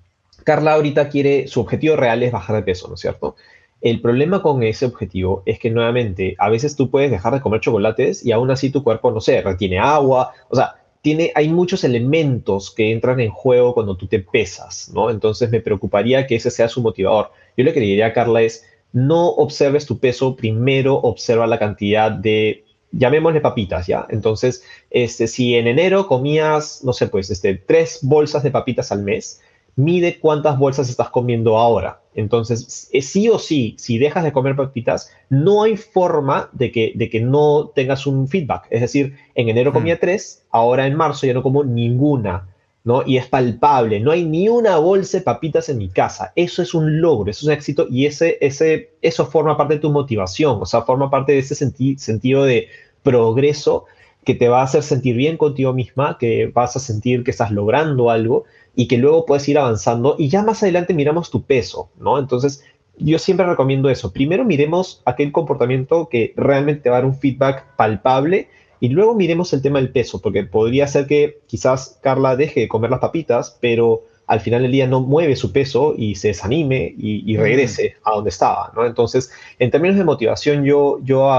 Carla ahorita quiere, su objetivo real es bajar de peso, ¿no es cierto? El problema con ese objetivo es que nuevamente, a veces tú puedes dejar de comer chocolates y aún así tu cuerpo, no sé, retiene agua, o sea, hay muchos elementos que entran en juego cuando tú te pesas, ¿no? Entonces me preocuparía que ese sea su motivador. Yo lo que le diría a Carla es, no observes tu peso, primero observa la cantidad de, llamémosle papitas, ¿ya? Entonces, si en enero comías, no sé, pues, 3 bolsas de papitas al mes, mide cuántas bolsas estás comiendo ahora. Entonces, sí o sí, si dejas de comer papitas, no hay forma de que no tengas un feedback. Es decir, en enero Hmm. comía 3, ahora en marzo ya no como ninguna, ¿no? Y es palpable, no hay ni una bolsa de papitas en mi casa. Eso es un logro, eso es un éxito y eso forma parte de tu motivación, o sea, forma parte de ese sentido de progreso que te va a hacer sentir bien contigo misma, que vas a sentir que estás logrando algo y que luego puedes ir avanzando y ya más adelante miramos tu peso, ¿no? Entonces, yo siempre recomiendo eso. Primero miremos aquel comportamiento que realmente te va a dar un feedback palpable y luego miremos el tema del peso, porque podría ser que quizás Carla deje de comer las papitas, pero al final del día no mueve su peso y se desanime y Mm. regrese a donde estaba, ¿no? Entonces, en términos de motivación, yo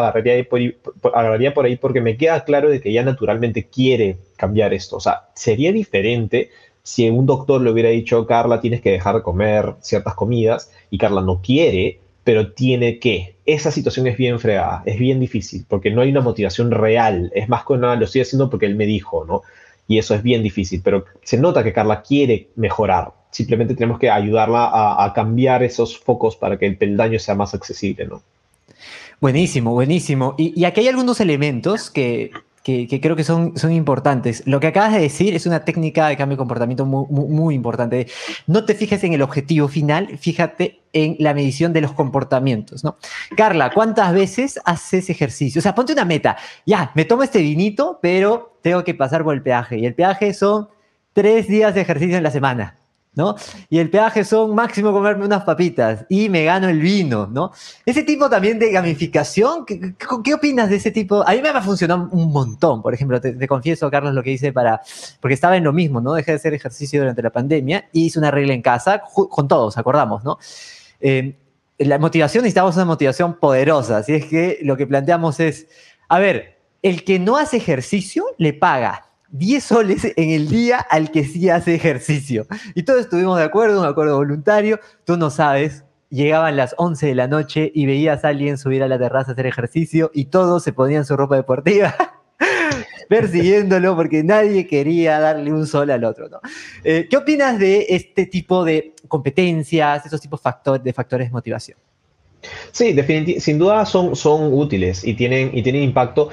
agarraría por ahí porque me queda claro de que ella naturalmente quiere cambiar esto. O sea, sería diferente si un doctor le hubiera dicho, Carla, tienes que dejar de comer ciertas comidas y Carla no quiere, pero tiene que. Esa situación es bien fregada, es bien difícil, porque no hay una motivación real. Es más que nada, lo estoy haciendo porque él me dijo, ¿no? Y eso es bien difícil, pero se nota que Carla quiere mejorar. Simplemente tenemos que ayudarla a cambiar esos focos para que el peldaño sea más accesible, ¿no? Buenísimo, buenísimo. Y aquí hay algunos elementos que creo que son importantes. Lo que acabas de decir es una técnica de cambio de comportamiento muy importante. No te fijes en el objetivo final, fíjate en la medición de los comportamientos, ¿no? Carla, ¿cuántas veces haces ejercicio? O sea, ponte una meta. Ya, me tomo este vinito, pero tengo que pasar por el peaje. Y el peaje son 3 días de ejercicio en la semana, ¿no? Y el peaje son máximo comerme unas papitas y me gano el vino, ¿no? Ese tipo también de gamificación, ¿qué opinas de ese tipo? A mí me ha funcionado un montón, por ejemplo, te confieso, Carlos, lo que hice porque estaba en lo mismo, ¿no? Dejé de hacer ejercicio durante la pandemia y hice una regla en casa, con todos, acordamos, ¿no? La motivación, necesitamos una motivación poderosa, así es que lo que planteamos es, a ver, el que no hace ejercicio le paga 10 soles en el día al que sí hace ejercicio. Y todos estuvimos de acuerdo, un acuerdo voluntario. Tú no sabes, llegaban las 11 de la noche y veías a alguien subir a la terraza a hacer ejercicio y todos se ponían su ropa deportiva persiguiéndolo porque nadie quería darle un sol al otro, ¿no? ¿Qué opinas de este tipo de competencias, esos tipos de factores de motivación? Sí, sin duda son útiles y tienen impacto.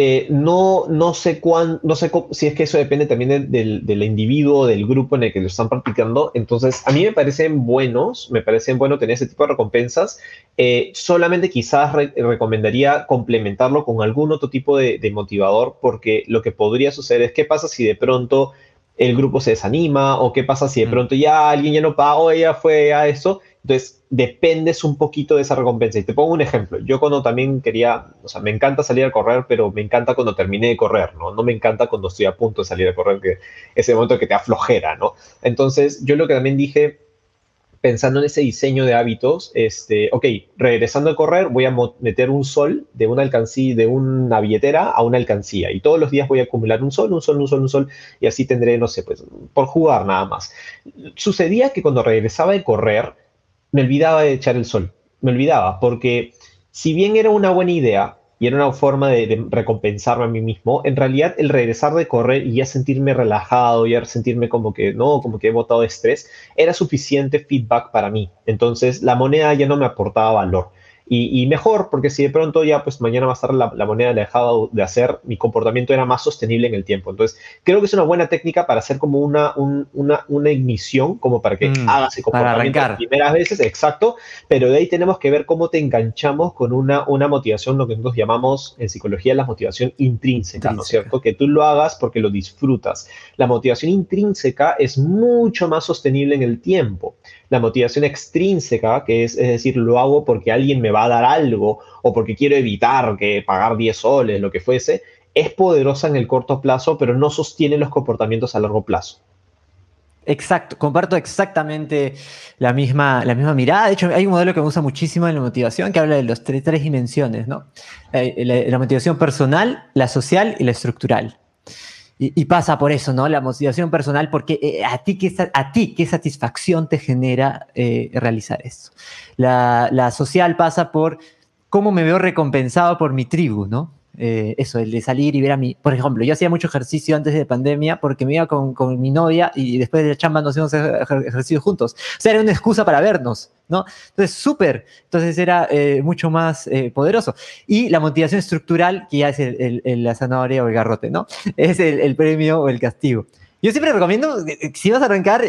No sé si es que eso depende también del individuo, del grupo en el que lo están practicando. Entonces, a mí me parecen bueno tener ese tipo de recompensas. Solamente quizás recomendaría complementarlo con algún otro tipo de motivador, porque lo que podría suceder es qué pasa si de pronto el grupo se desanima o qué pasa si de Mm. pronto ya alguien ya no paga o ella fue a eso. Entonces, dependes un poquito de esa recompensa. Y te pongo un ejemplo. Yo cuando también quería, o sea, me encanta salir a correr, pero me encanta cuando terminé de correr, ¿no? No me encanta cuando estoy a punto de salir a correr, que ese momento que te aflojera, ¿no? Entonces, yo lo que también dije, pensando en ese diseño de hábitos, ok, regresando a correr, voy a meter un sol de una alcancía, de una billetera a una alcancía. Y todos los días voy a acumular un sol, un sol, un sol, un sol, y así tendré, no sé, pues, por jugar nada más. Sucedía que cuando regresaba de correr, me olvidaba de echar el sol. Me olvidaba, porque si bien era una buena idea y era una forma de recompensarme a mí mismo, en realidad el regresar de correr y ya sentirme relajado, ya sentirme como que no, como que he botado estrés, era suficiente feedback para mí. Entonces la moneda ya no me aportaba valor. Y mejor, porque si de pronto ya pues mañana más tarde la moneda la he dejado de hacer, mi comportamiento era más sostenible en el tiempo. Entonces, creo que es una buena técnica para hacer como una ignición, como para que hagas el Para comportamiento las arrancar. primeras veces, exacto, pero de ahí tenemos que ver cómo te enganchamos con una motivación, lo que nosotros llamamos en psicología la motivación intrínseca, ¿no es Intrínseca. cierto? Que tú lo hagas porque lo disfrutas. La motivación intrínseca es mucho más sostenible en el tiempo. La motivación extrínseca, que es decir, lo hago porque alguien me va a dar algo o porque quiero evitar que pagar 10 soles, lo que fuese, es poderosa en el corto plazo, pero no sostiene los comportamientos a largo plazo. Exacto, comparto exactamente la misma mirada. De hecho, hay un modelo que me gusta muchísimo en la motivación que habla de las tres dimensiones, ¿no? La motivación personal, la social y la estructural. Y pasa por eso, ¿no? La motivación personal, porque a ti qué satisfacción te genera realizar esto. La social pasa por cómo me veo recompensado por mi tribu, ¿no? Eso, el de salir y ver a mi... Por ejemplo, yo hacía mucho ejercicio antes de pandemia porque me iba con mi novia y después de la chamba nos íbamos a hacer ejercicio juntos. O sea, era una excusa para vernos, ¿no? Entonces, súper. Entonces era mucho más poderoso. Y la motivación estructural, que ya es la zanahoria o el garrote, ¿no? Es el premio o el castigo. Yo siempre recomiendo, si vas a arrancar,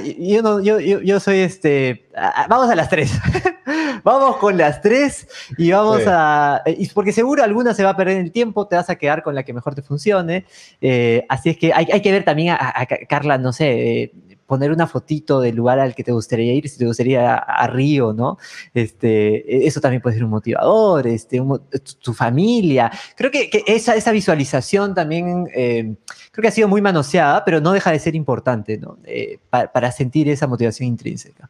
yo soy vamos a las tres. Vamos con las tres y vamos Sí. porque seguro alguna se va a perder en el tiempo, te vas a quedar con la que mejor te funcione. Así es que hay que ver también a Carla, no sé, poner una fotito del lugar al que te gustaría ir, si te gustaría ir a Río, ¿no? Eso también puede ser un motivador, tu familia. Creo que esa visualización también creo que ha sido muy manoseada, pero no deja de ser importante, ¿no? Para sentir esa motivación intrínseca.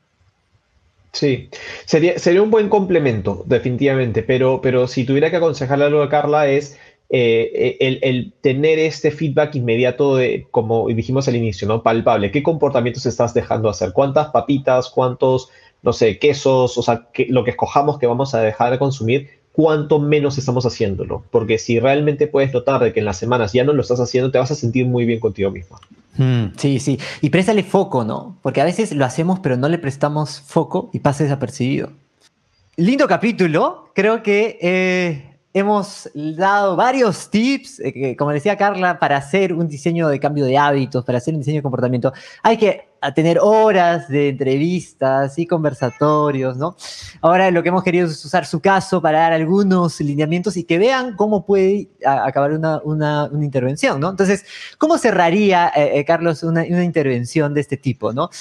Sí, sería un buen complemento, definitivamente, pero si tuviera que aconsejarle algo a Carla es el tener este feedback inmediato de, como dijimos al inicio, ¿no? Palpable. ¿Qué comportamientos estás dejando hacer? ¿Cuántas papitas? ¿Cuántos, no sé, quesos? O sea, lo que escojamos que vamos a dejar de consumir, ¿cuánto menos estamos haciéndolo? Porque si realmente puedes notar de que en las semanas ya no lo estás haciendo, te vas a sentir muy bien contigo misma. Sí, sí. Y préstale foco, ¿no? Porque a veces lo hacemos, pero no le prestamos foco y pasa desapercibido. Lindo capítulo. Creo que hemos dado varios tips, como decía Carla, para hacer un diseño de cambio de hábitos, para hacer un diseño de comportamiento. Hay que tener horas de entrevistas y conversatorios, ¿no? Ahora lo que hemos querido es usar su caso para dar algunos lineamientos y que vean cómo puede acabar una intervención, ¿no? Entonces, ¿cómo cerraría, Carlos, una intervención de este tipo, ¿no?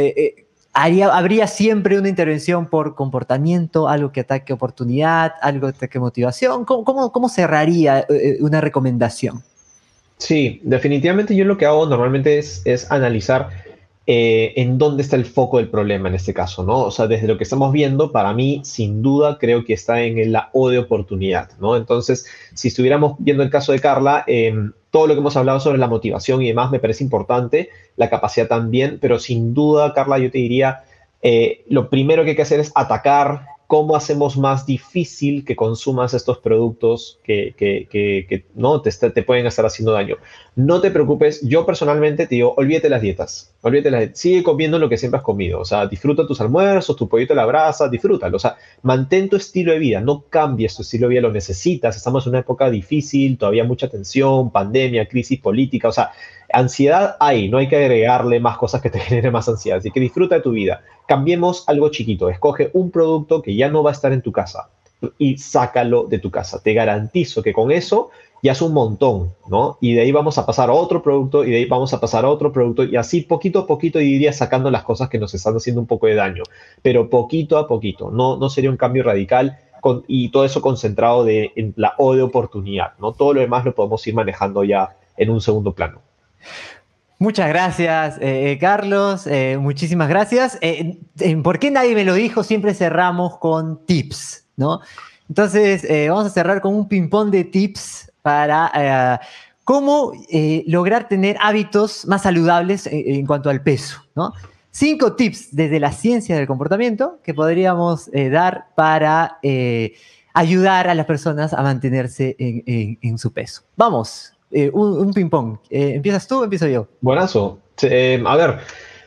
Habría siempre una intervención por comportamiento, algo que ataque oportunidad, algo que ataque motivación. ¿Cómo cerraría una recomendación? Sí, definitivamente yo lo que hago normalmente es analizar en dónde está el foco del problema en este caso, ¿no? O sea, desde lo que estamos viendo, para mí, sin duda, creo que está en la O de oportunidad, ¿no? Entonces, si estuviéramos viendo el caso de Carla, todo lo que hemos hablado sobre la motivación y demás me parece importante, la capacidad también, pero sin duda, Carla, yo te diría, lo primero que hay que hacer es atacar cómo hacemos más difícil que consumas estos productos que no te pueden estar haciendo daño. No te preocupes, yo personalmente te digo, olvídate las dietas, sigue comiendo lo que siempre has comido, o sea, disfruta tus almuerzos, tu pollito a la brasa, disfrútalo, o sea, mantén tu estilo de vida, no cambies tu estilo de vida, lo necesitas, estamos en una época difícil, todavía mucha tensión, pandemia, crisis política, o sea, ansiedad hay, no hay que agregarle más cosas que te generen más ansiedad, así que disfruta de tu vida. Cambiemos algo chiquito, escoge un producto que ya no va a estar en tu casa y sácalo de tu casa. Te garantizo que con eso ya es un montón, ¿no? Y de ahí vamos a pasar a otro producto y de ahí vamos a pasar a otro producto y así poquito a poquito iría sacando las cosas que nos están haciendo un poco de daño, pero poquito a poquito, no sería un cambio radical y todo eso concentrado en la O de oportunidad, ¿no? Todo lo demás lo podemos ir manejando ya en un segundo plano. Muchas gracias, Carlos. Muchísimas gracias. ¿Por qué nadie me lo dijo? Siempre cerramos con tips, ¿no? Entonces, vamos a cerrar con un ping-pong de tips para cómo lograr tener hábitos más saludables en cuanto al peso, ¿no? 5 tips desde la ciencia del comportamiento que podríamos dar para ayudar a las personas a mantenerse en su peso. Vamos, un ping-pong. ¿Empiezas tú o empiezo yo? Buenazo. A ver,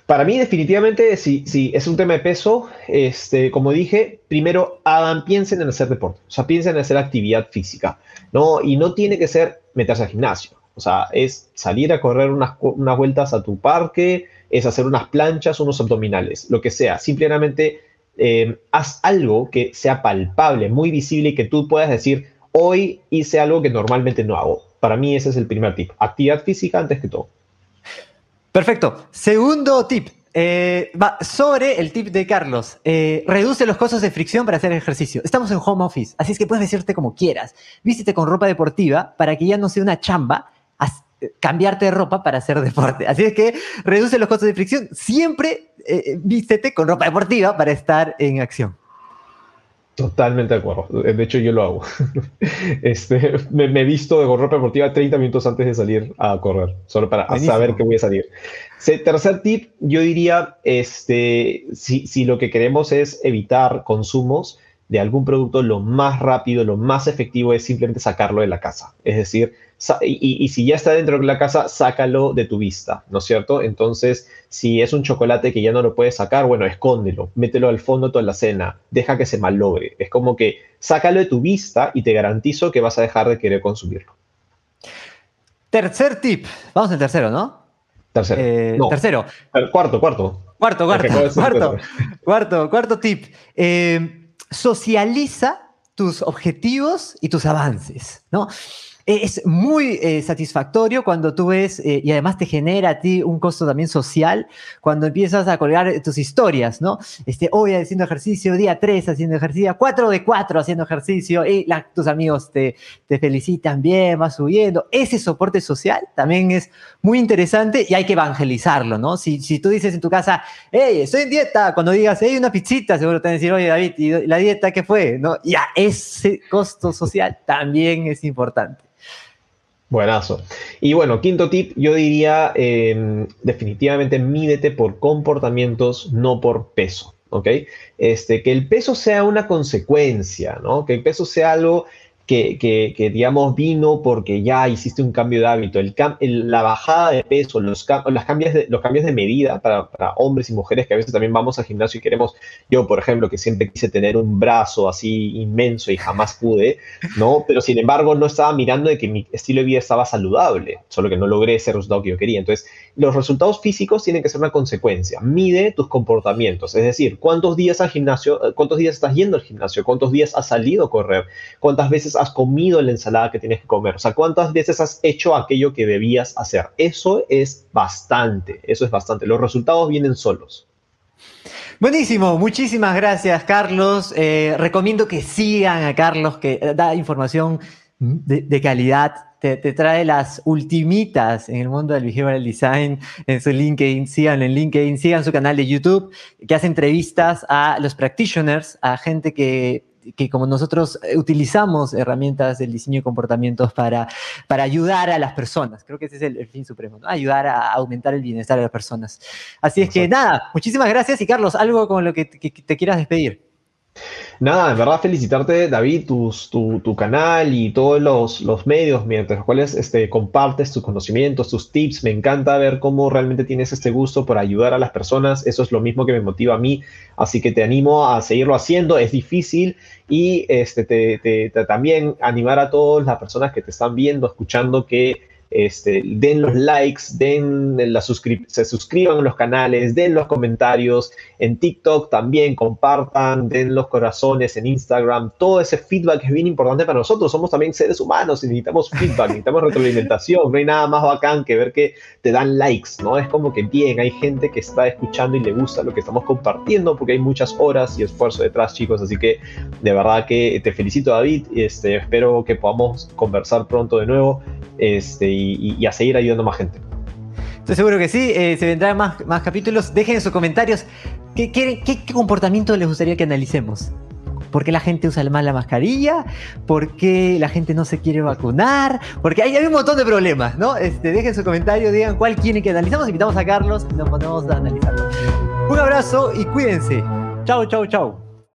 Para mí, definitivamente, si es un tema de peso, como dije, primero piensen en hacer deporte, o sea, piensen en hacer actividad física, ¿no? Y no tiene que ser meterse al gimnasio, o sea, es salir a correr unas vueltas a tu parque, es hacer unas planchas, unos abdominales, lo que sea. Simplemente haz algo que sea palpable, muy visible y que tú puedas decir, hoy hice algo que normalmente no hago. Para mí ese es el primer tip, actividad física antes que todo. Perfecto. Segundo tip. Va sobre el tip de Carlos. Reduce los costos de fricción para hacer ejercicio. Estamos en home office, así es que puedes vestirte como quieras. Vístete con ropa deportiva para que ya no sea una chamba cambiarte de ropa para hacer deporte. Así es que reduce los costos de fricción. Siempre vístete con ropa deportiva para estar en acción. Totalmente de acuerdo. De hecho, yo lo hago. Me visto de ropa deportiva 30 minutos antes de salir a correr, solo para Buenísimo. saber que voy a salir. Tercer tip, yo diría, si lo que queremos es evitar consumos de algún producto, lo más rápido, lo más efectivo es simplemente sacarlo de la casa. Es decir, y si ya está dentro de la casa, sácalo de tu vista, ¿no es cierto? Entonces, si es un chocolate que ya no lo puedes sacar, bueno, escóndelo, mételo al fondo de tu alacena, deja que se malogre. Es como que sácalo de tu vista y te garantizo que vas a dejar de querer consumirlo. Tercer tip. Vamos al tercero, ¿no? Tercero. No. Tercero. Cuarto. Cuarto tip. Socializa tus objetivos y tus avances, ¿no? Es muy satisfactorio cuando tú ves, y además te genera a ti un costo también social, cuando empiezas a colgar tus historias, ¿no? Hoy haciendo ejercicio, día 3 haciendo ejercicio, 4 de 4 haciendo ejercicio, y tus amigos te felicitan bien, vas subiendo. Ese soporte social también es muy interesante y hay que evangelizarlo, ¿no? Si tú dices en tu casa, hey, estoy en dieta, cuando digas, hey, una pizzita, seguro te van a decir, oye, David, ¿y la dieta qué fue? ¿No? Ya, ese costo social también es importante. Buenazo. Y bueno, quinto tip, yo diría definitivamente mídete por comportamientos, no por peso, ¿ok? Que el peso sea una consecuencia, ¿no? Que el peso sea algo que digamos, vino porque ya hiciste un cambio de hábito. La bajada de peso, los cambios de medida para hombres y mujeres que a veces también vamos al gimnasio y queremos, yo por ejemplo, que siempre quise tener un brazo así inmenso y jamás pude, ¿no? Pero sin embargo no estaba mirando de que mi estilo de vida estaba saludable, solo que no logré ese resultado que yo quería. Entonces, los resultados físicos tienen que ser una consecuencia. Mide tus comportamientos, es decir, cuántos días estás yendo al gimnasio, cuántos días has salido a correr, cuántas veces has comido la ensalada que tienes que comer, o sea, cuántas veces has hecho aquello que debías hacer. Eso es bastante. Los resultados vienen solos. Buenísimo, muchísimas gracias, Carlos. Recomiendo que sigan a Carlos, que da información de calidad, te trae las ultimitas en el mundo del behavioral design en su LinkedIn. Síganlo en LinkedIn, sigan su canal de YouTube, que hace entrevistas a los practitioners, a gente que como nosotros utilizamos herramientas del diseño de comportamientos para ayudar a las personas. Creo que ese es el fin supremo, ¿no? Ayudar a aumentar el bienestar de las personas. Así es que nada, muchísimas gracias. Y Carlos, algo con lo que te quieras despedir. Nada, en verdad felicitarte, David, tu canal y todos los medios mediante los cuales compartes tus conocimientos, tus tips. Me encanta ver cómo realmente tienes este gusto por ayudar a las personas. Eso es lo mismo que me motiva a mí. Así que te animo a seguirlo haciendo. Es difícil y también animar a todas las personas que te están viendo, escuchando, que den los likes, se suscriban a los canales, den los comentarios, en TikTok también compartan, den los corazones en Instagram, todo ese feedback es bien importante para nosotros, somos también seres humanos y necesitamos feedback, necesitamos retroalimentación, no hay nada más bacán que ver que te dan likes, ¿no? Es como que bien, hay gente que está escuchando y le gusta lo que estamos compartiendo porque hay muchas horas y esfuerzo detrás, chicos, así que de verdad que te felicito, David, espero que podamos conversar pronto de nuevo, y a seguir ayudando a más gente. Estoy seguro que sí, se vendrán más capítulos. Dejen en sus comentarios qué comportamiento les gustaría que analicemos. ¿Por qué la gente usa mal la mascarilla? ¿Por qué la gente no se quiere vacunar? Porque hay un montón de problemas, ¿no? Dejen su comentario, digan cuál quieren que analicemos. Invitamos a Carlos y nos ponemos a analizarlo. Un abrazo y cuídense. Chau, chau, chau.